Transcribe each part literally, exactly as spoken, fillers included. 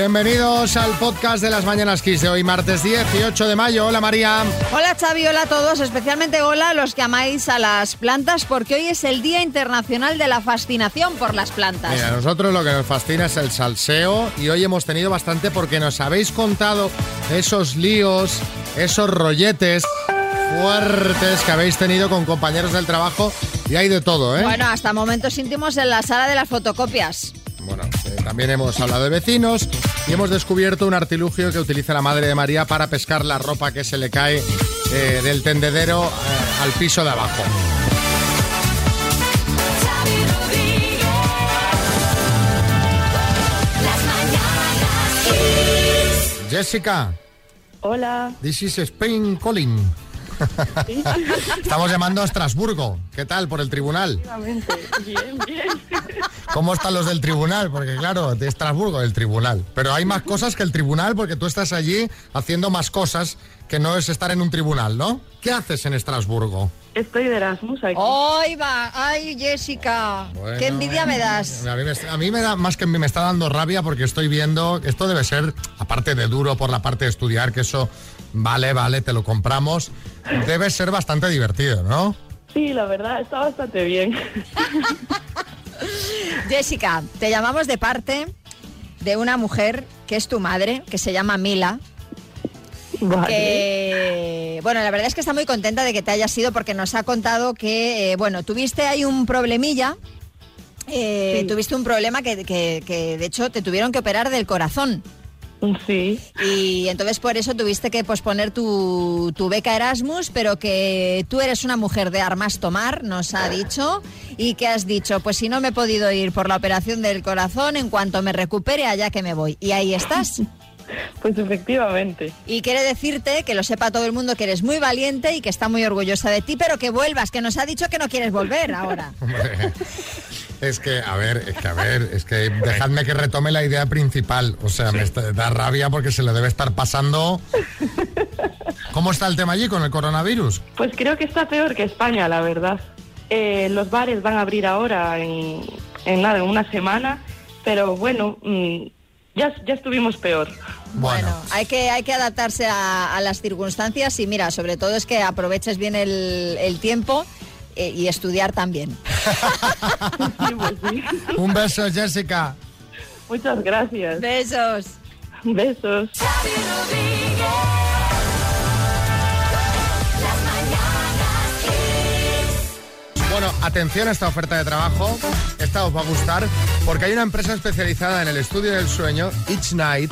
Bienvenidos al podcast de las Mañanas Kiss de hoy, martes dieciocho de mayo. Hola, María. Hola, Xavi, hola a todos, especialmente hola a los que amáis a las plantas, porque hoy es el Día Internacional de la Fascinación por las plantas. Mira, a nosotros lo que nos fascina es el salseo y hoy hemos tenido bastante porque nos habéis contado esos líos, esos rolletes fuertes que habéis tenido con compañeros del trabajo y hay de todo, ¿eh? Bueno, hasta momentos íntimos en la sala de las fotocopias. Bueno, eh, también hemos hablado de vecinos y hemos descubierto un artilugio que utiliza la madre de María para pescar la ropa que se le cae eh, del tendedero eh, al piso de abajo. Jessica. Hola. This is Spain calling. ¿Sí? Estamos llamando a Estrasburgo. ¿Qué tal por el tribunal? Bien, bien. ¿Cómo están los del tribunal? Porque claro, de Estrasburgo, el tribunal. Pero hay más cosas que el tribunal porque tú estás allí haciendo más cosas que no es estar en un tribunal, ¿no? ¿Qué haces en Estrasburgo? Estoy de Erasmus aquí. ¡Ay, va! ¡Ay, Jessica! Bueno, ¡Qué envidia me das! A mí me, a mí me da, más que me está dando rabia porque estoy viendo, esto debe ser, aparte de duro por la parte de estudiar, que eso, vale, vale, te lo compramos, debe ser bastante divertido, ¿no? Sí, la verdad, está bastante bien. Jessica, te llamamos de parte de una mujer que es tu madre, que se llama Mila. Vale. Que, bueno, la verdad es que está muy contenta de que te hayas ido porque nos ha contado que, eh, bueno, tuviste ahí un problemilla, eh, Sí. tuviste un problema que, que, que de hecho te tuvieron que operar del corazón Sí. y entonces por eso tuviste que posponer tu, tu beca Erasmus, pero que tú eres una mujer de armas tomar, nos ha dicho, y que has dicho, pues si no me he podido ir por la operación del corazón, en cuanto me recupere allá que me voy, y ahí estás. Pues efectivamente. Y quiere decirte, que lo sepa todo el mundo, que eres muy valiente y que está muy orgullosa de ti, pero que vuelvas, que nos ha dicho que no quieres volver ahora. Hombre, es que, a ver, es que, a ver, es que dejadme que retome la idea principal. O sea, sí. me está, da rabia porque se le debe estar pasando. ¿Cómo está el tema allí con el coronavirus? Pues creo que está peor que España, la verdad. Eh, los bares van a abrir ahora en, en nada, en una semana, pero bueno... Mmm, Ya, ya estuvimos peor. Bueno, bueno hay, que, hay que adaptarse a, a las circunstancias y mira, sobre todo es que aproveches bien el, el tiempo eh, y estudiar también. Sí, pues sí. Un beso, Jessica. Muchas gracias. Besos. Besos. Bueno, atención a esta oferta de trabajo, esta os va a gustar, porque hay una empresa especializada en el estudio del sueño, Each Night,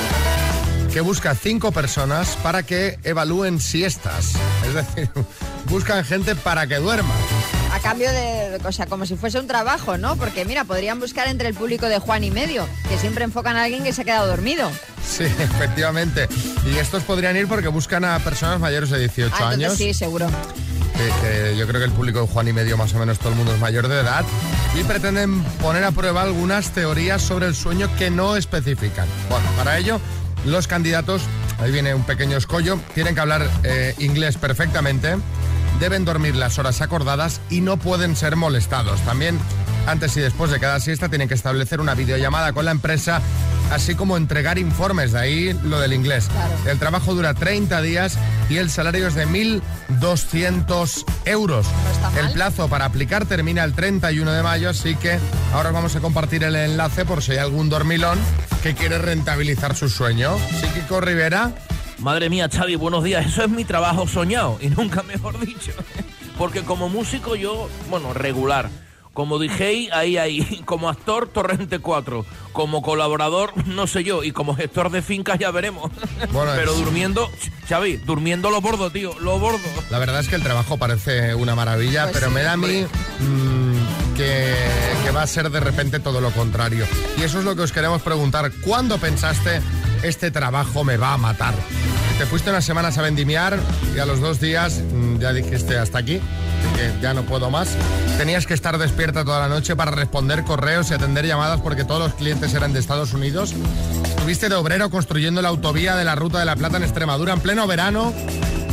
que busca cinco personas para que evalúen siestas. Es decir, buscan gente para que duerma. A cambio de, o sea, como si fuese un trabajo, ¿no? Porque mira, podrían buscar entre el público de Juan y Medio, que siempre enfocan a alguien que se ha quedado dormido. Sí, efectivamente. Y estos podrían ir porque buscan a personas mayores de dieciocho ah, años. Sí, seguro. Que, que yo creo que el público de Juan y Medio más o menos todo el mundo es mayor de edad y pretenden poner a prueba algunas teorías sobre el sueño que no especifican. Bueno, para ello los candidatos, ahí viene un pequeño escollo, tienen que hablar eh, inglés perfectamente, deben dormir las horas acordadas y no pueden ser molestados. También antes y después de cada siesta tienen que establecer una videollamada con la empresa, así como entregar informes, de ahí lo del inglés. Claro. El trabajo dura treinta días y el salario es de mil doscientos euros. No está mal. El plazo para aplicar termina el treinta y uno de mayo, así que ahora os vamos a compartir el enlace por si hay algún dormilón que quiere rentabilizar su sueño. Sí, Kiko Rivera. Madre mía, Xavi, buenos días. Eso es mi trabajo soñado y nunca mejor dicho. Porque como músico yo, bueno, regular. Como D J, ahí, ahí. Como actor, Torrente cuatro. Como colaborador, no sé yo. Y como gestor de fincas ya veremos. Bueno, pero es... durmiendo, Xavi, durmiendo lo bordo, tío, lo bordo. La verdad es que el trabajo parece una maravilla, pues pero sí, me da a mí mmm, que, que va a ser de repente todo lo contrario. Y eso es lo que os queremos preguntar. ¿Cuándo pensaste este trabajo me va a matar? Te fuiste unas semanas a vendimiar y a los dos días mmm, ya dijiste hasta aquí, que ya no puedo más. Tenías que estar despierta toda la noche para responder correos y atender llamadas porque todos los clientes eran de Estados Unidos. Estuviste de obrero construyendo la autovía de la Ruta de la Plata en Extremadura en pleno verano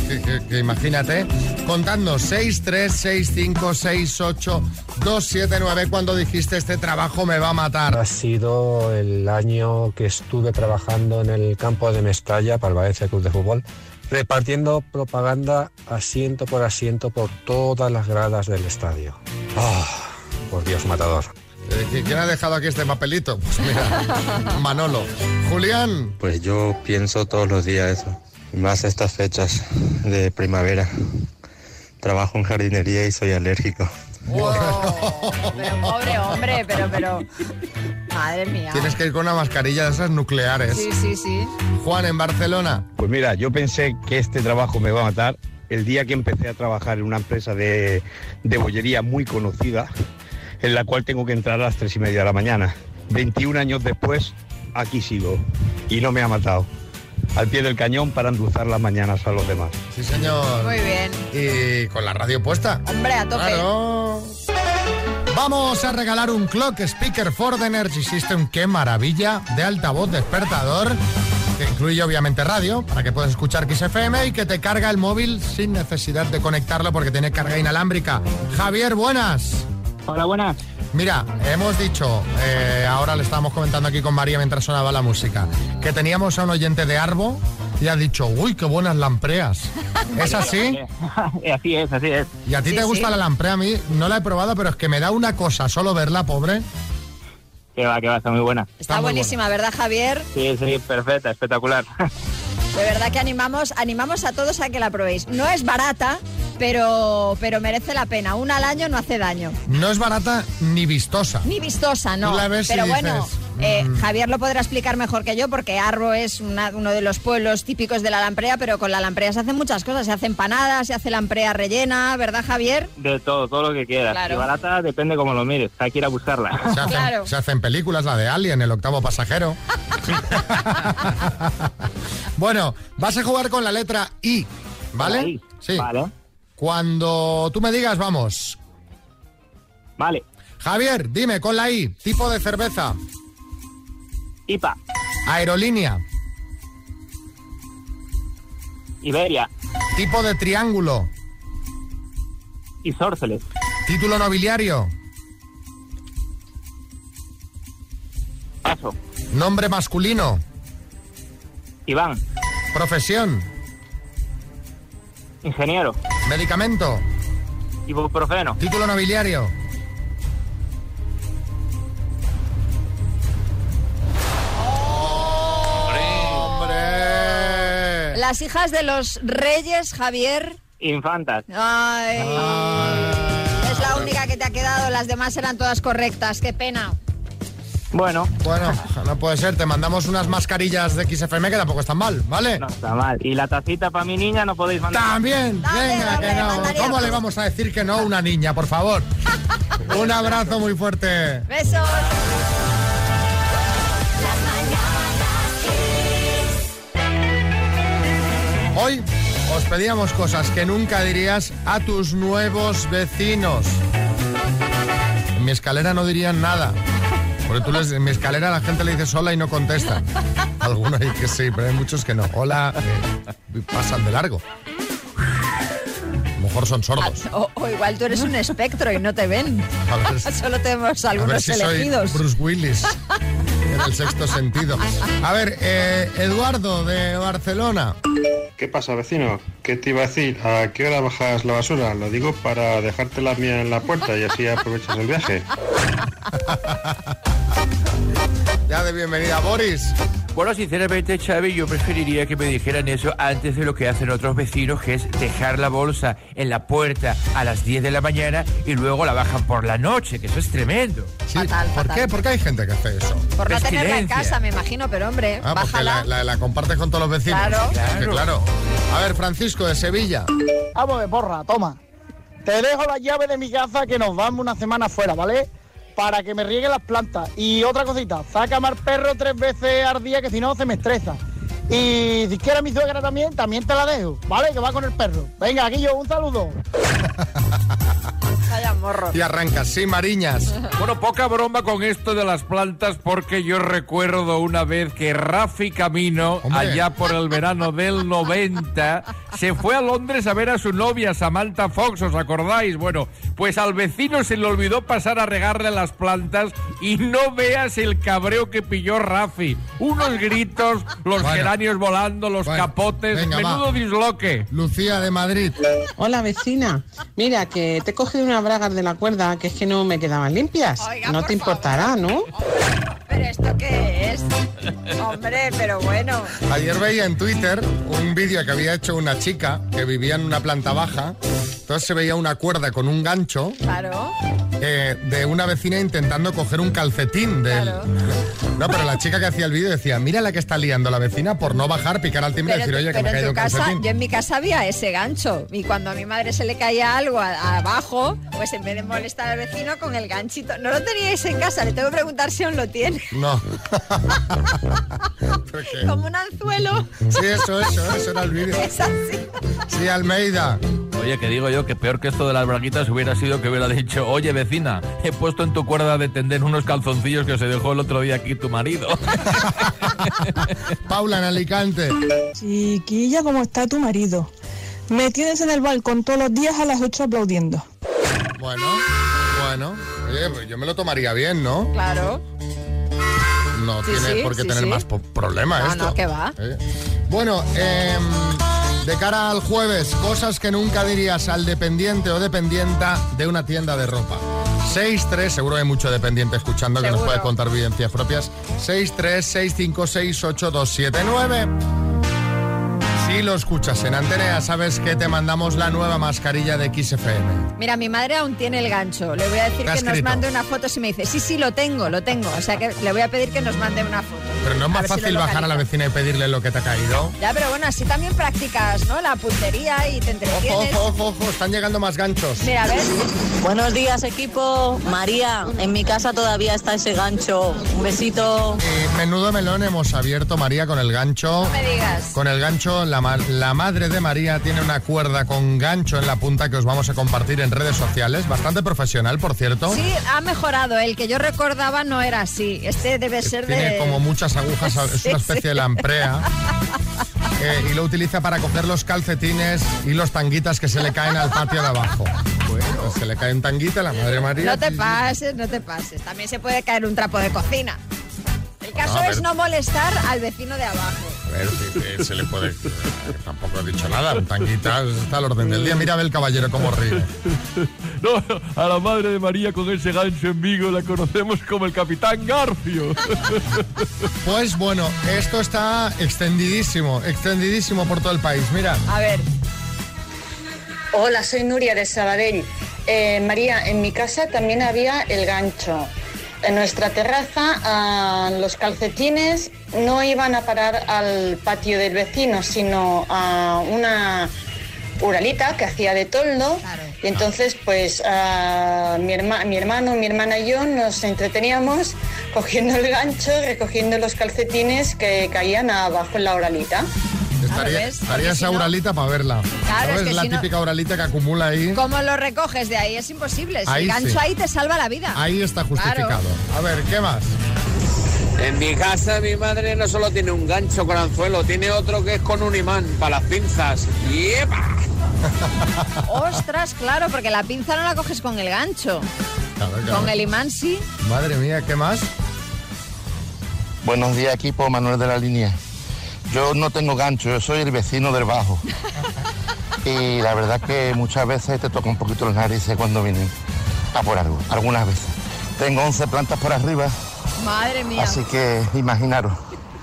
que, que, que imagínate, contadnos seis tres seis cinco seis ocho dos siete nueve cuando dijiste este trabajo me va a matar. Ha sido el año que estuve trabajando en el campo de Mestalla para el Valencia Club de Fútbol, repartiendo propaganda asiento por asiento por todas las gradas del estadio. Oh, por Dios, matador. ¿Quién ha dejado aquí este papelito? Pues mira, Manolo. Julián. Pues yo pienso todos los días eso, más estas fechas de primavera. Trabajo en jardinería y soy alérgico. Wow. Pero pobre hombre, pero, pero... Madre mía. Tienes que ir con una mascarilla de esas nucleares. Sí, sí, sí. Juan, en Barcelona. Pues mira, yo pensé que este trabajo me va a matar el día que empecé a trabajar en una empresa de, de bollería muy conocida, en la cual tengo que entrar a las tres y media de la mañana. veintiún años después, aquí sigo. Y no me ha matado. Al pie del cañón para endulzar las mañanas a los demás. Sí, señor. Muy bien. Y con la radio puesta. Hombre, a tope. Claro. Vamos a regalar un Clock Speaker Ford Energy System. ¡Qué maravilla! De altavoz despertador, que incluye obviamente radio, para que puedas escuchar Kiss F M y que te carga el móvil sin necesidad de conectarlo porque tiene carga inalámbrica. Javier, buenas. Hola, buenas. Mira, hemos dicho, eh, ahora le estábamos comentando aquí con María mientras sonaba la música, que teníamos a un oyente de Arbo y ha dicho, uy, qué buenas lampreas. ¿Es así? Así es, así es. ¿Y a ti Sí, te gusta sí. la lamprea? A mí no la he probado, pero es que me da una cosa solo verla, pobre. Que va, que va, está muy buena. Está, Está muy buenísima, ¿verdad, Javier? Sí, sí, perfecta, espectacular. De verdad que animamos, animamos a todos a que la probéis. No es barata, pero, pero merece la pena. Una al año no hace daño. No es barata ni vistosa. Ni vistosa, no. Tú la ves y Pero dices, bueno, eh, mm. Javier lo podrá explicar mejor que yo porque Arbo es una- uno de los pueblos típicos de la lamprea, pero con la lamprea se hacen muchas cosas. Se hace empanadas, se hace lamprea rellena, ¿verdad, Javier? De todo, todo lo que quieras. Claro. Y barata depende cómo lo mires, hay que ir a buscarla. Se hacen, Claro. se hacen películas, la de Alien, el octavo pasajero. Bueno, vas a jugar con la letra I, ¿vale? Ahí. Sí. Vale, Cuando tú me digas, vamos. vale. Javier, dime, con la I, tipo de cerveza, I P A, aerolínea, Iberia, tipo de triángulo, Isórceles, título nobiliario, Paso, nombre masculino, Iván, profesión, Ingeniero, medicamento, Ibuprofeno, título nobiliario. ¡Hombre! Las hijas de los reyes, Javier. Infantas. Ay, Ay. es la única que te ha quedado. Las demás eran todas correctas. Qué pena. Bueno, Bueno, no puede ser, te mandamos unas mascarillas de X F M que tampoco están mal, ¿vale? no está mal. Y la tacita para mi niña no podéis mandar. También, Dale, venga, dale, que no. mandaríamos. ¿Cómo le vamos a decir que no a una niña, por favor? Un abrazo muy fuerte. Besos. Hoy os pedíamos cosas que nunca dirías a tus nuevos vecinos. En mi escalera no dirían nada. Porque tú les, en mi escalera la gente le dices hola y no contestan. Algunos hay que sí, pero hay muchos que no. Hola, eh, pasan de largo. A lo mejor son sordos. O, o igual tú eres un espectro y no te ven. A ver, Solo tenemos a ver algunos si soy elegidos. Bruce Willis en el sexto sentido. A ver, eh, Eduardo de Barcelona. ¿Qué pasa, vecino? ¿Qué te iba a decir? ¿A qué hora bajas la basura? Lo digo para dejarte la mía en la puerta y así aprovechas el viaje. Ya de bienvenida, Boris. Bueno, sinceramente, Xavi, yo preferiría que me dijeran eso antes de lo que hacen otros vecinos, que es dejar la bolsa en la puerta a las diez de la mañana y luego la bajan por la noche, que eso es tremendo. Sí, Fatal, ¿por fatal. qué? ¿Por qué hay gente que hace eso? Por no tenerla en Pestilencia. casa, me imagino, pero hombre, Ah, porque bájala. la, la, la compartes con todos los vecinos. Claro. Es que claro. A ver, Francisco de Sevilla. Vamos de porra, toma. Te dejo la llave de mi casa que nos vamos una semana fuera, ¿vale? Para que me riegue las plantas. Y otra cosita, sácame al perro tres veces al día que si no se me estresa. Y si quieres mi suegra también, también te la dejo, ¿vale? Que va con el perro. Venga, aquí yo, un saludo. Vaya morro. Y arrancas, sí, Mariñas. Bueno, poca broma con esto de las plantas, porque yo recuerdo una vez que Rafi Camino, Hombre. allá por el verano del noventa, se fue a Londres a ver a su novia, Samantha Fox, ¿os acordáis? Bueno, pues al vecino se le olvidó pasar a regarle las plantas y no veas el cabreo que pilló Rafi. Unos gritos, los Bueno. geranios volando, los Bueno, capotes, venga, menudo va. disloque. Lucía de Madrid. Hola, vecina. Mira, que te he cogido unas bragas de la cuerda que es que no me quedaban limpias. Oiga, No por te importará, ¿no? ¿Pero esto qué es? Hombre, pero bueno. Ayer veía en Twitter un vídeo que había hecho una chica que vivía en una planta baja. Entonces se veía una cuerda con un gancho Claro. eh, de una vecina intentando coger un calcetín del... Claro. No, pero la chica que hacía el vídeo decía, mira la que está liando la vecina por no bajar, picar al timbre y Pero, decir, oye, que pero me ha en caído tu un casa, calcetín. yo en mi casa había ese gancho y cuando a mi madre se le caía algo a- abajo, pues en vez de molestar al vecino con el ganchito, no lo teníais en casa, le tengo que preguntar si aún lo tiene. No. ¿Por qué? Como un anzuelo. Sí, eso, eso, eso era el vídeo. Es así. Sí, Almeida. Oye, que digo yo que peor que esto de las braguitas hubiera sido que hubiera dicho, oye, vecina, he puesto en tu cuerda de tender unos calzoncillos que se dejó el otro día aquí tu marido. Paula, en Alicante. Chiquilla, ¿cómo está tu marido? Me tienes en el balcón todos los días a las ocho aplaudiendo. Bueno, bueno. Oye, pues yo me lo tomaría bien, ¿no? Claro. No Sí, tiene sí, por qué sí, tener sí. más po- problema No, esto. no, que va. Eh, Bueno, em, de cara al jueves, cosas que nunca dirías al dependiente o dependienta de una tienda de ropa. seis tres, seguro hay mucho dependiente escuchando que nos Seguro. puede contar vivencias propias. seis tres seis cinco seis ocho dos siete nueve. Si lo escuchas en Antena, sabes que te mandamos la nueva mascarilla de Kiss F M. Mira, mi madre aún tiene el gancho. Le voy a decir ¿Te ha que nos escrito? mande una foto si me dice, sí, sí, lo tengo, lo tengo. O sea que le voy a pedir que nos mande una foto. Pero no es A más ver si fácil lo bajar a la localizo. vecina y pedirle lo que te ha caído. Ya, pero bueno, así también practicas, ¿no? La puntería y te Ojo, entretienes. ojo, ojo, ojo, están llegando más ganchos. Mira, a ver. Buenos días, equipo. María, en mi casa todavía está ese gancho. Un besito. Eh, menudo melón hemos abierto, María, con el gancho. No me digas. Con el gancho, la, ma- la madre de María tiene una cuerda con gancho en la punta que os vamos a compartir en redes sociales. Bastante profesional, por cierto. Sí, ha mejorado. El que yo recordaba no era así. Este debe ser Tiene de... como muchas agujas, es Sí, una especie sí. de lamprea. Eh, y lo utiliza para coger los calcetines y los tanguitas que se le caen al patio de abajo. Pues se le cae un tanguita a la madre María. No te pases, no te pases. También se puede caer un trapo de cocina. El caso No, a es ver. no molestar al vecino de abajo. A ver, sí, sí, se le puede... eh, Tampoco he dicho nada, un tanguita está al orden del día. Mira, ve el caballero cómo ríe. No, a la madre de María con ese gancho en Vigo la conocemos como el Capitán Garfio. Pues bueno, esto está extendidísimo, extendidísimo por todo el país. Mira. A ver. Hola, soy Nuria de Sabadell. Eh, María, en mi casa también había el gancho. En nuestra terraza ah, los calcetines no iban a parar al patio del vecino, sino a una uralita que hacía de toldo. Y entonces, pues ah, mi, herma- mi hermano, mi hermana y yo nos entreteníamos cogiendo el gancho, recogiendo los calcetines que caían abajo en la uralita. Estaría, ¿ves? estaría Porque esa si no- uralita para verla. Claro, ¿Sabes? es que la si no- típica uralita que acumula ahí. ¿Cómo lo recoges de ahí? Es imposible. Si Ahí el gancho sí. ahí te salva la vida. Ahí está justificado. Claro. A ver, ¿qué más? En mi casa mi madre no solo tiene un gancho con anzuelo, tiene otro que es con un imán para las pinzas. ¡Yepa! Ostras, claro, porque la pinza no la coges con el gancho. Claro, claro. Con el imán sí. Madre mía, ¿qué más? Buenos días, equipo. Manuel de la Línea. Yo no tengo gancho, yo soy el vecino del bajo. Y la verdad que muchas veces te toca un poquito las narices cuando vienen a por algo, algunas veces. Tengo once plantas por arriba, Madre mía. así que imaginaros.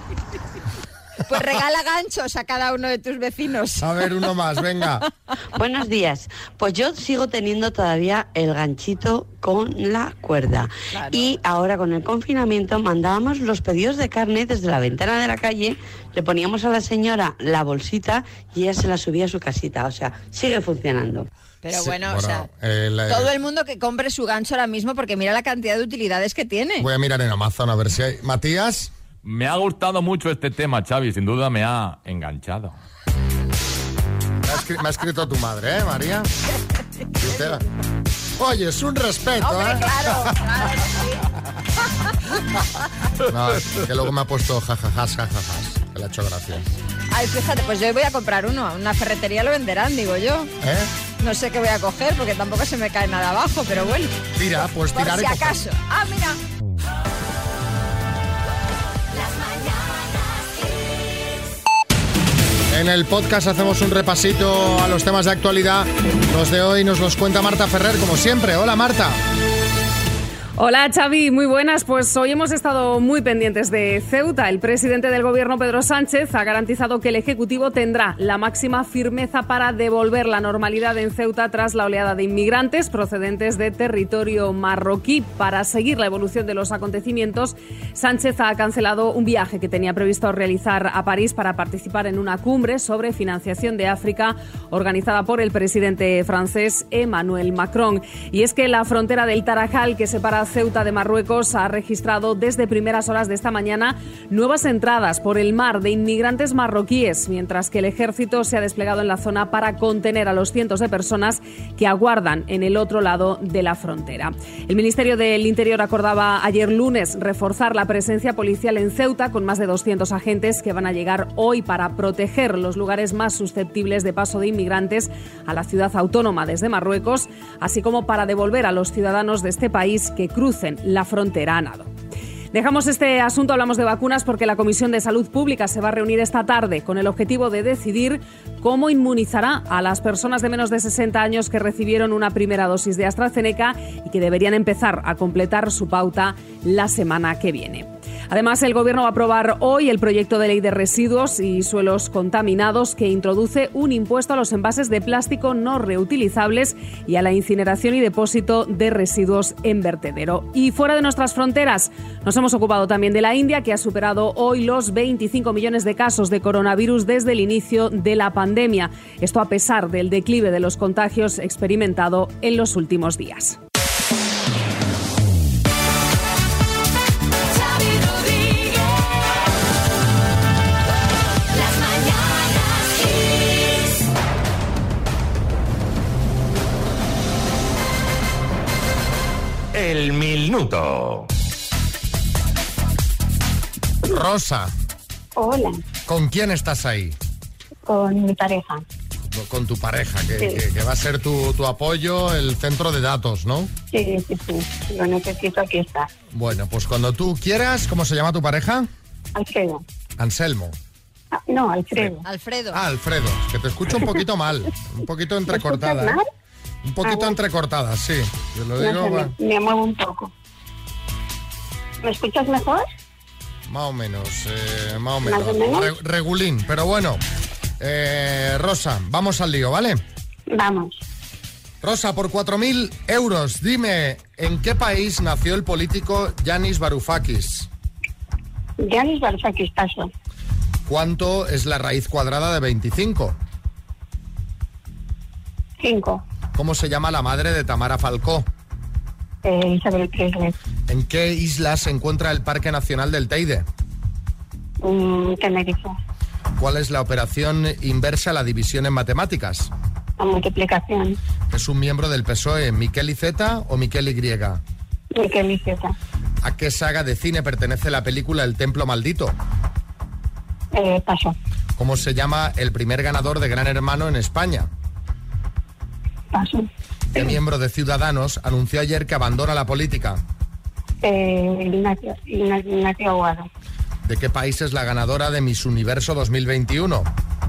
Pues regala ganchos a cada uno de tus vecinos. A ver, uno más, venga. Buenos días. Pues yo sigo teniendo todavía el ganchito con la cuerda. Claro. Y ahora con el confinamiento mandábamos los pedidos de carne desde la ventana de la calle, le poníamos a la señora la bolsita y ella se la subía a su casita. O sea, sigue funcionando. Pero Sí, bueno, o bueno, sea, el, eh, todo el mundo que compre su gancho ahora mismo porque mira la cantidad de utilidades que tiene. Voy a mirar en Amazon a ver si hay. Matías. Me ha gustado mucho este tema, Xavi. Sin duda me ha enganchado. Me ha, escri- me ha escrito tu madre, ¿eh, María? Dice, Oye, es un respeto, Hombre, ¿eh? claro, claro que sí. No, es que luego me ha puesto jajajas, jajajas, que le ha hecho gracia. Ay, fíjate, pues yo voy a comprar uno. Una ferretería lo venderán, digo yo. ¿Eh? No sé qué voy a coger porque tampoco se me cae nada abajo, pero bueno. Tira, pues Por tirar si y coger. acaso. Ah, mira. En el podcast hacemos un repasito a los temas de actualidad. Los de hoy nos los cuenta Marta Ferrer, como siempre. Hola, Marta. Hola Xavi, muy buenas. Pues hoy hemos estado muy pendientes de Ceuta. El presidente del gobierno, Pedro Sánchez, ha garantizado que el Ejecutivo tendrá la máxima firmeza para devolver la normalidad en Ceuta tras la oleada de inmigrantes procedentes de territorio marroquí. Para seguir la evolución de los acontecimientos, Sánchez ha cancelado un viaje que tenía previsto realizar a París para participar en una cumbre sobre financiación de África organizada por el presidente francés Emmanuel Macron. Y es que la frontera del Tarajal, que separa Ceuta de Marruecos, ha registrado desde primeras horas de esta mañana nuevas entradas por el mar de inmigrantes marroquíes, mientras que el ejército se ha desplegado en la zona para contener a los cientos de personas que aguardan en el otro lado de la frontera. El Ministerio del Interior acordaba ayer lunes reforzar la presencia policial en Ceuta con más de doscientos agentes que van a llegar hoy para proteger los lugares más susceptibles de paso de inmigrantes a la ciudad autónoma desde Marruecos, así como para devolver a los ciudadanos de este país que crucen la frontera a nado. Dejamos este asunto, hablamos de vacunas porque la Comisión de Salud Pública se va a reunir esta tarde con el objetivo de decidir cómo inmunizará a las personas de menos de sesenta años que recibieron una primera dosis de AstraZeneca y que deberían empezar a completar su pauta la semana que viene. Además, el Gobierno va a aprobar hoy el proyecto de ley de residuos y suelos contaminados que introduce un impuesto a los envases de plástico no reutilizables y a la incineración y depósito de residuos en vertedero. Y fuera de nuestras fronteras, nos hemos ocupado también de la India, que ha superado hoy los veinticinco millones de casos de coronavirus desde el inicio de la pandemia. Esto a pesar del declive de los contagios experimentado en los últimos días. El minuto. Rosa. Hola, ¿Con quién estás ahí? con mi pareja. Con tu pareja, que, Sí. que- que va a ser tu, tu apoyo, el centro de datos, ¿no? Sí, sí, sí. Lo necesito, aquí está. Bueno, pues cuando tú quieras, ¿cómo se llama tu pareja? Alfredo. Anselmo. Ah, no, Alfredo. Alfredo. Ah, Alfredo, es que te escucho un poquito mal, un poquito entrecortada. ¿Me ¿eh? escuchas Un poquito Ah, bueno. entrecortada, sí. Te lo No digo, sé, va, me, me muevo un poco. ¿Me escuchas mejor? más o menos, eh, más o ¿Más menos. o menos? Re- regulín, pero bueno. Eh, Rosa, vamos al lío, ¿vale? Vamos. Rosa, por cuatro mil euros, dime, ¿en qué país nació el político Yanis Varoufakis? Yanis Varoufakis, paso. ¿Cuánto es la raíz cuadrada de veinticinco? Cinco. ¿Cómo se llama la madre de Tamara Falcó? Eh, Isabel Presley. ¿En qué isla se encuentra el Parque Nacional del Teide? Mm, Tenerife. ¿Cuál es la operación inversa a la división en matemáticas? La multiplicación. ¿Es un miembro del P S O E Miquel Iceta o Miquel Y? Miquel Iceta. ¿A qué saga de cine pertenece la película El Templo Maldito? Eh, paso. ¿Cómo se llama el primer ganador de Gran Hermano en España? Paso. ¿Qué miembro de Ciudadanos anunció ayer que abandona la política? Eh, Ignacio, Ignacio, Ignacio Aguado. ¿De qué país es la ganadora de Miss Universo dos mil veintiuno?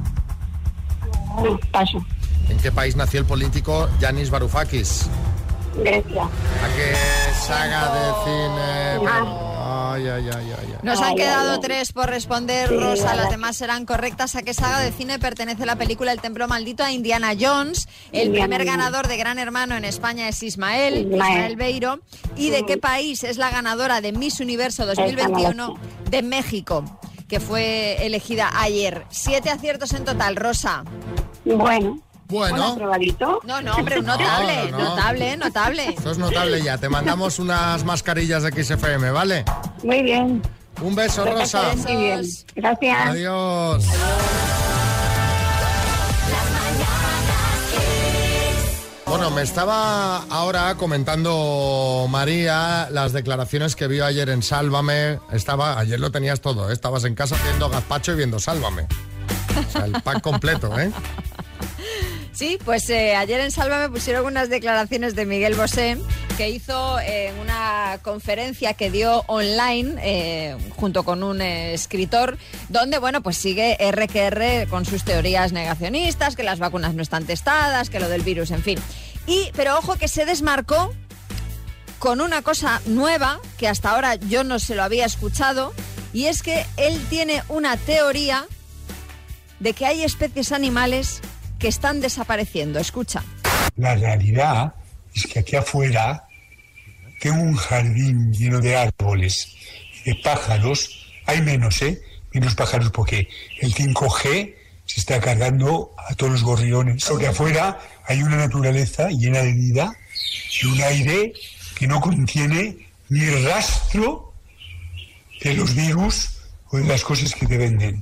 Paso. ¿En qué país nació el político Yanis Varoufakis? Grecia. ¿A qué saga de cine? Ay, ay, ay, ay, ay. Nos han Ay, quedado ay, ay. tres por responder, Sí, Rosa. vale. Las demás serán correctas. ¿A qué saga de cine pertenece la película El Templo Maldito? A Indiana Jones. El Indiana primer Jones. ganador de Gran Hermano en España es Ismael, Ismael. Ismael Beiro. ¿Y de qué país es la ganadora de Miss Universo dos mil veintiuno? De México, que fue elegida ayer. Siete aciertos en total, Rosa. Bueno. Bueno. ¿Aprobadito? No, no, hombre, un notable, No, no, no. notable, notable. Esto es notable ya. Te mandamos unas mascarillas de X F M, ¿vale? Muy bien. Un beso, Rosa. Muy bien. Gracias. Adiós. Bueno, Bueno, me estaba ahora comentando María las declaraciones que vio ayer en Sálvame. Estaba, ayer lo tenías todo, ¿eh? Estabas en casa haciendo gazpacho y viendo Sálvame. O sea, el pack completo, ¿eh? Sí, pues eh, ayer en Sálvame pusieron unas declaraciones de Miguel Bosé que hizo en eh, una conferencia que dio online eh, junto con un eh, escritor, donde, bueno, pues sigue erre que erre con sus teorías negacionistas, que las vacunas no están testadas, que lo del virus, en fin. Y, pero ojo que se desmarcó con una cosa nueva que hasta ahora yo no se lo había escuchado, y es que él tiene una teoría de que hay especies animales que están desapareciendo. Escucha. La realidad es que aquí afuera tengo un jardín lleno de árboles y de pájaros. Hay menos, ¿eh? Menos pájaros porque el cinco G se está cargando a todos los gorriones. Porque afuera hay una naturaleza llena de vida y un aire que no contiene ni rastro de los virus o de las cosas que te venden.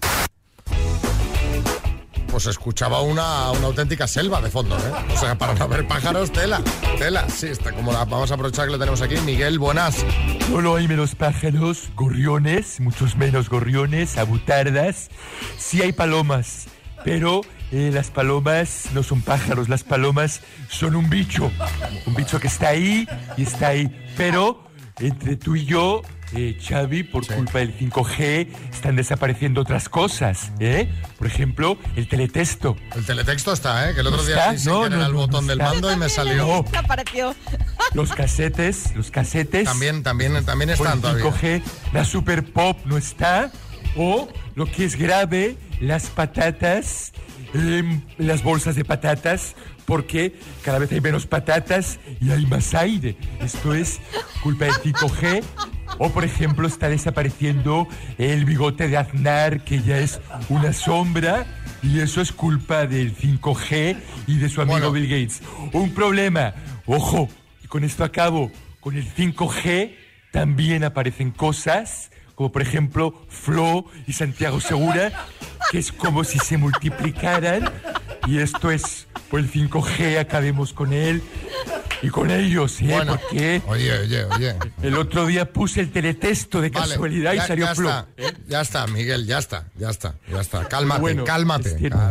Pues escuchaba una, una auténtica selva de fondo, ¿eh? O sea, para no ver pájaros, tela, tela. Sí, está como la, vamos a aprovechar que lo tenemos aquí. Miguel, buenas. Solo hay menos pájaros, gorriones, muchos menos gorriones, abutardas. Sí hay palomas, pero eh, las palomas no son pájaros, las palomas son un bicho. Un bicho que está ahí y está ahí. Pero entre tú y yo, eh, Xavi, por sí. culpa del cinco G, están desapareciendo otras cosas, ¿eh? Por ejemplo, el teletexto. El teletexto está, ¿eh? Que el otro ¿No día está? sí, No, que no, era el no, botón no del está. mando y me salió. No. Apareció. Los casetes, los casetes. También, también, también están por el cinco G, todavía. la Super Pop no está. O, lo que es grave, las patatas, eh, las bolsas de patatas, porque cada vez hay menos patatas y hay más aire. Esto es culpa del cinco G. O, por ejemplo, está desapareciendo el bigote de Aznar, que ya es una sombra, y eso es culpa del cinco G y de su amigo Bueno. Bill Gates. Un problema, ojo, y con esto acabo, con el cinco G también aparecen cosas, como por ejemplo Flo y Santiago Segura, que es como si se multiplicaran, y esto es por el cinco G, acabemos con él y con ellos, ¿eh? Bueno, Porque oye, oye, oye. el otro día puse el teletexto de Vale, casualidad ya, y salió ya Flo. está, ya está, Miguel, ya está, ya está, ya está. Cálmate, Bueno, cálmate. es que- Cal-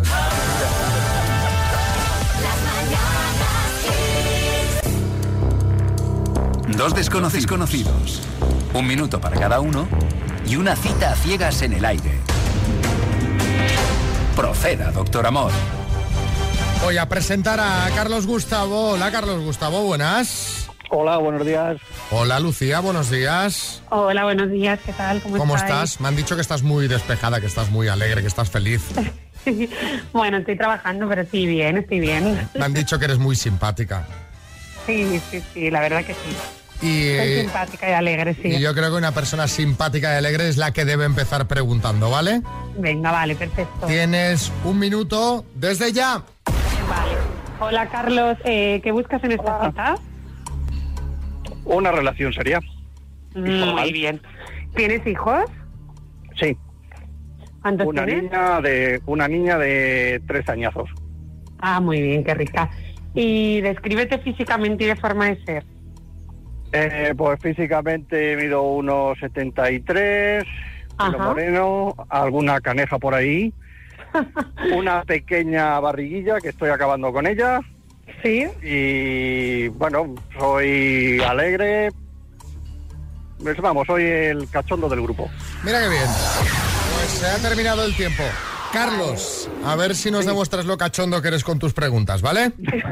Dos desconocidos conocidos, un minuto para cada uno y una cita a ciegas en el aire. Proceda, doctor Amor. Voy a presentar a Carlos Gustavo. Hola, Carlos Gustavo, buenas. Hola, buenos días. Hola, Lucía, buenos días. Hola, buenos días, ¿qué tal? ¿Cómo, ¿Cómo estáis? estás? Me han dicho que estás muy despejada, que estás muy alegre, que estás feliz. Bueno, estoy trabajando, pero estoy bien, estoy bien. Me han dicho que eres muy simpática. Sí, sí, sí, la verdad que sí. Y, Soy simpática y alegre, sí. y yo creo que una persona simpática y alegre es la que debe empezar preguntando, ¿vale? Venga, vale, perfecto. Tienes un minuto desde ya. Vale. Hola, Carlos, eh, ¿qué buscas en esta cita? Una relación seria. Mm, muy bien. ¿Tienes hijos? Sí. ¿Cuántos Una tienes? niña de una niña de tres añazos. Ah, muy bien, qué rica. Y descríbete físicamente y de forma de ser. Eh, pues físicamente mido unos setenta y tres, pelo Ajá. moreno, alguna caneja por ahí, una pequeña barriguilla que estoy acabando con ella. Sí. Y bueno, soy alegre. Pues vamos, soy el cachondo del grupo. Mira qué bien. Pues se ha terminado el tiempo. Carlos, a ver si nos demuestras lo cachondo que eres con tus preguntas, ¿vale?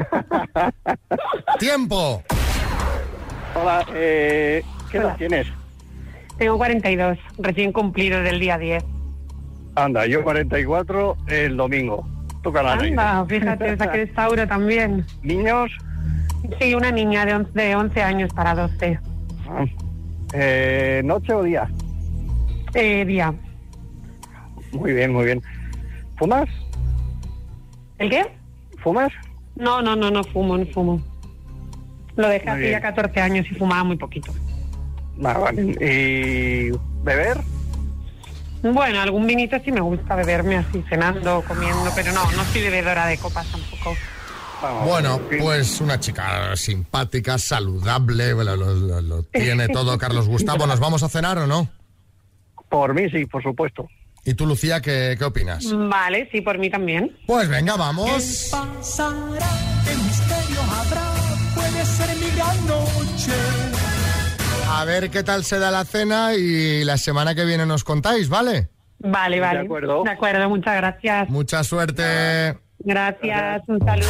¡Tiempo! Hola, eh, ¿qué edad Hola. tienes? Tengo cuarenta y dos, recién cumplido del día diez. Anda, yo cuarenta y cuatro el domingo. Toca la Anda, fíjate, o sea que eres Tauro también. ¿Niños? Sí, una niña de once, de once años para doce. Ah. Eh, ¿Noche o día? Eh, día. Muy bien, muy bien. ¿Fumas? ¿El qué? ¿Fumas? No, no, no, no fumo, no fumo. Lo dejé Muy hace bien. ya catorce años y fumaba muy poquito. Ah, vale. ¿Y beber? Bueno, algún vinito sí me gusta beberme así, cenando, comiendo, pero no, no soy bebedora de copas tampoco. Vamos, Bueno, sí. pues una chica simpática, saludable, lo, lo- lo- lo tiene todo Carlos Gustavo. ¿Nos vamos a cenar o no? Por mí sí, por supuesto. ¿Y tú, Lucía, qué, qué opinas? Vale, sí, por mí también. Pues venga, vamos. Pasará, qué misterio habrá, puede ser mi gran noche. A ver qué tal se da la cena y la semana que viene nos contáis, ¿vale? Vale, vale. De acuerdo. De acuerdo, muchas gracias. Mucha suerte. Gracias, un saludo.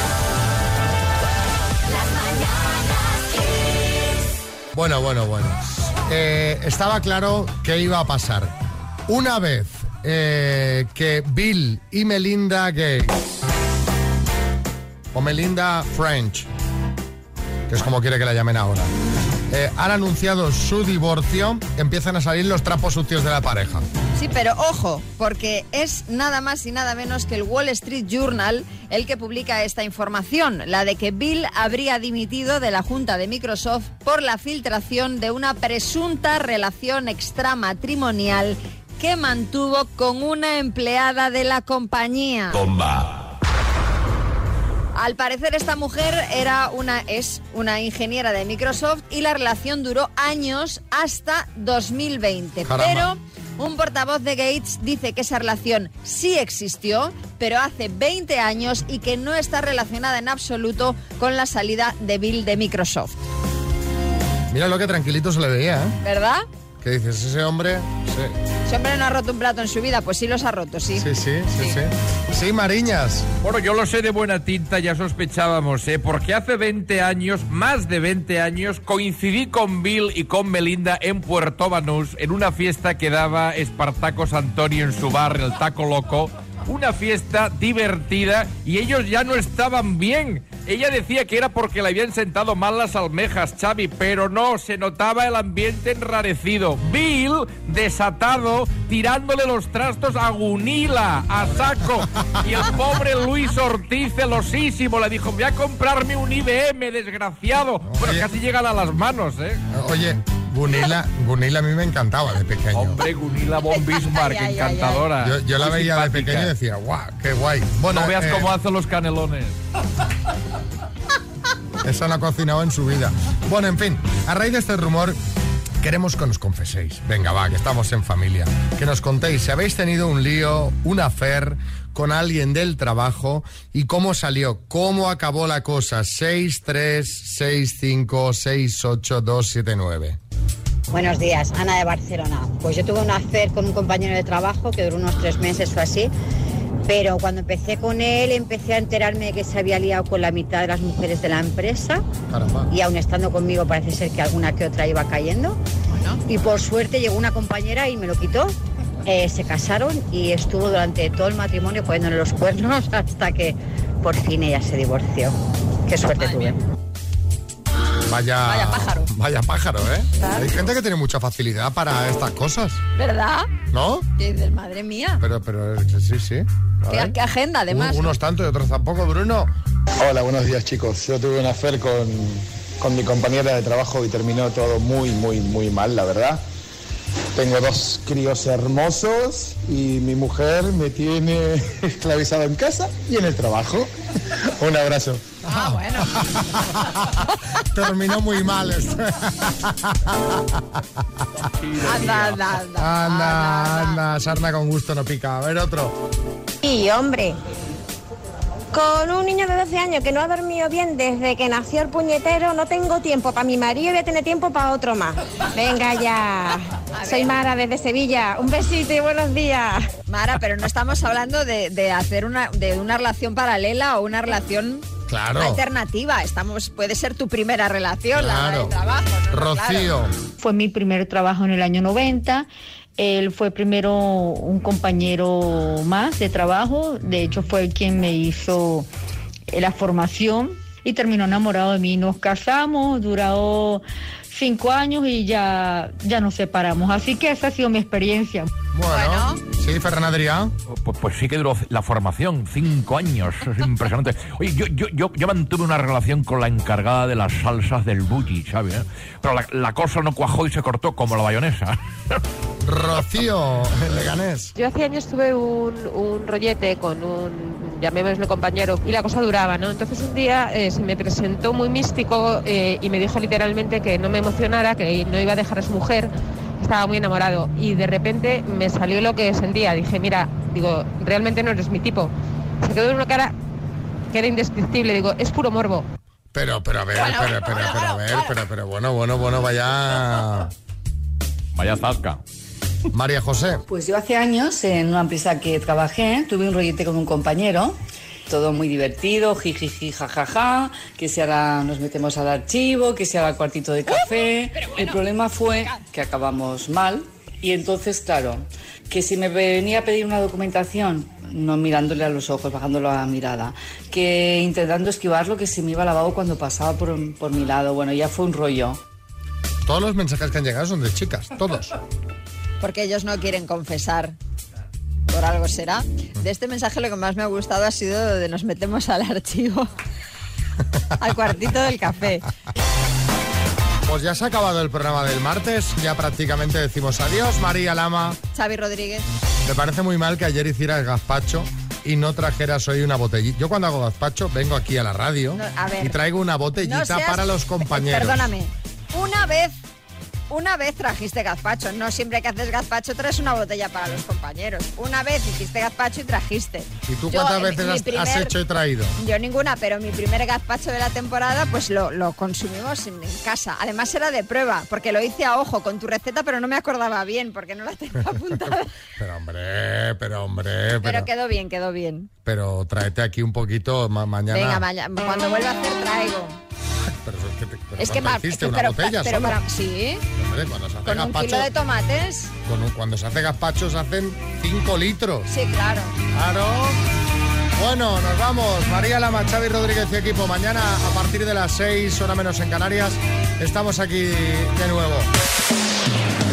Bueno, bueno, bueno. Eh, estaba claro que iba a pasar. Una vez eh, que Bill y Melinda Gates, o Melinda French, que es como quiere que la llamen ahora, eh, han anunciado su divorcio, empiezan a salir los trapos sucios de la pareja. Sí, pero ojo, porque es nada más y nada menos que el Wall Street Journal el que publica esta información, la de que Bill habría dimitido de la junta de Microsoft por la filtración de una presunta relación extramatrimonial que mantuvo con una empleada de la compañía. Bomba. Al parecer esta mujer era una es una ingeniera de Microsoft y la relación duró años hasta dos mil veinte. Caramba. Pero un portavoz de Gates dice que esa relación sí existió, pero hace veinte años y que no está relacionada en absoluto con la salida de Bill de Microsoft. Mira lo que tranquilito se le veía, ¿eh? ¿Verdad? ¿Qué dices? Ese hombre... Sí, Ese hombre no ha roto un plato en su vida, pues sí los ha roto, sí. sí, sí, sí. Sí, sí Mariñas. Bueno, yo lo sé de buena tinta, ya sospechábamos, ¿eh? Porque hace veinte años, más de veinte años, coincidí con Bill y con Melinda en Puerto Banús en una fiesta que daba Espartacos Antonio en su bar, el Taco Loco. Una fiesta divertida y ellos ya no estaban bien. Ella decía que era porque le habían sentado mal las almejas, Xavi, pero no, se notaba el ambiente enrarecido. Bill, desatado, tirándole los trastos a Gunila, a saco. Y el pobre Luis Ortiz, celosísimo, le dijo, voy a comprarme un I B M, desgraciado. Bueno, Oye. casi llegan a las manos, ¿eh? Oye, Gunila, Gunila a mí me encantaba de pequeño. Hombre, Gunila von Bismarck, Ay, ay, ay, encantadora. Yo, yo la Muy veía de simpática. pequeño y decía, guau, qué guay. Bueno, No veas eh, cómo hace los canelones. Esa no ha cocinado en su vida. Bueno, en fin, a raíz de este rumor, queremos que nos confeséis. Venga, va, que estamos en familia. Que nos contéis si habéis tenido un lío, un affair con alguien del trabajo y cómo salió, cómo acabó la cosa. seis tres seis cinco seis ocho dos siete nueve. Buenos días, Ana de Barcelona. Pues yo tuve un affair con un compañero de trabajo que duró unos tres meses o así, pero cuando empecé con él empecé a enterarme de que se había liado con la mitad de las mujeres de la empresa. Caramba. Y aún estando conmigo parece ser que alguna que otra iba cayendo. Y por suerte llegó una compañera y me lo quitó. Eh, se casaron y estuvo durante todo el matrimonio poniéndole los cuernos hasta que por fin ella se divorció. Qué suerte tuve. Vaya, Vaya pájaro. Vaya pájaro, ¿eh? Claro. Hay gente que tiene mucha facilidad para estas cosas, ¿Verdad? ¿no? Y dices, madre mía. Pero, pero eh, sí, sí. A ¿Qué, ver. qué agenda, además? Un- Unos tanto y otros tampoco, Bruno. Hola, buenos días, chicos. Yo tuve un affair con, con mi compañera de trabajo y terminó todo muy, muy, muy mal, la verdad. Tengo dos críos hermosos y mi mujer me tiene esclavizado en casa y en el trabajo. Un abrazo. Ah, bueno. Terminó muy mal esto. Anda, anda, anda. Anda, anda, sarna con gusto no pica. A ver, otro. Y hombre, con un niño de doce años que no ha dormido bien desde que nació el puñetero, no tengo tiempo para mi marido y voy a tener tiempo para otro más. Venga ya. Soy Mara desde Sevilla. Un besito y buenos días. Mara, pero no estamos hablando de, de hacer una, de una relación paralela o una relación Claro. alternativa. Estamos, puede ser tu primera relación, la Claro. del trabajo. ¿no? Rocío. Claro. Fue mi primer trabajo en el año noventa. Él fue primero un compañero más de trabajo. De hecho, fue el quien me hizo eh, la formación y terminó enamorado de mí. Nos casamos, duró cinco años y ya, ya nos separamos. Así que esa ha sido mi experiencia. Bueno, sí, Ferran Adrià. Pues, pues sí que duró la formación, cinco años, es impresionante. Oye, yo, yo, yo, yo mantuve una relación con la encargada de las salsas del Bulli, ¿sabes? Pero la, la cosa no cuajó y se cortó como la bayonesa. Rocío, Leganés. Yo hace años tuve un, un rollete con un llamémosle compañero, y la cosa duraba, ¿no? Entonces un día eh, se me presentó muy místico eh, y me dijo literalmente que no me emocionara, que no iba a dejar a su mujer, estaba muy enamorado, y de repente me salió lo que sentía. Dije, mira, digo, realmente no eres mi tipo. Se quedó en una cara que era indescriptible, digo, es puro morbo. Pero, pero a ver, Bueno, pero, pero, bueno, pero, a ver, pero, pero, bueno, bueno, bueno, vaya... Vaya zasca. María José. Pues yo hace años, en una empresa que trabajé, tuve un rollete con un compañero, todo muy divertido, jijiji, jajaja, que si ahora nos metemos al archivo, que si ahora al cuartito de café. Bueno, el problema fue que acabamos mal, y entonces, claro, que si me venía a pedir una documentación, no mirándole a los ojos, bajándolo a la mirada, que intentando esquivarlo, que si me iba al lavabo cuando pasaba por, por mi lado, bueno, ya fue un rollo. Todos los mensajes que han llegado son de chicas, todos. Porque ellos no quieren confesar. Por algo será. De este mensaje lo que más me ha gustado ha sido de nos metemos al archivo. Al cuartito del café. Pues ya se ha acabado el programa del martes. Ya prácticamente decimos adiós, María Lama. Xavi Rodríguez. Me parece muy mal que ayer hicieras gazpacho y no trajeras hoy una botellita. Yo cuando hago gazpacho vengo aquí a la radio no, a ver, y traigo una botellita no seas, para los compañeros. Perdóname. Una vez... Una vez trajiste gazpacho, no siempre que haces gazpacho traes una botella para los compañeros. Una vez hiciste gazpacho y trajiste. ¿Y tú Yo, cuántas mi, veces mi has, primer, has hecho y traído? Yo ninguna, pero mi primer gazpacho de la temporada pues lo, lo consumimos en, en casa. Además era de prueba, porque lo hice a ojo con tu receta, pero no me acordaba bien, porque no la tengo apuntada. Pero hombre, pero hombre... Pero, pero quedó bien, quedó bien. Pero tráete aquí un poquito ma mañana. Venga, mañana, cuando vuelva a hacer traigo. Pero es que, te, pero es que ma, hiciste pero, una botella pero solo. Para, sí. Hombre, cuando se hace con gazpacho, un kilo de tomates. Con un, cuando se hace gazpacho se hacen cinco litros. Sí, claro. Claro. Bueno, nos vamos. María Lama, Xavi Rodríguez y equipo. Mañana a partir de las seis, hora menos en Canarias, estamos aquí de nuevo.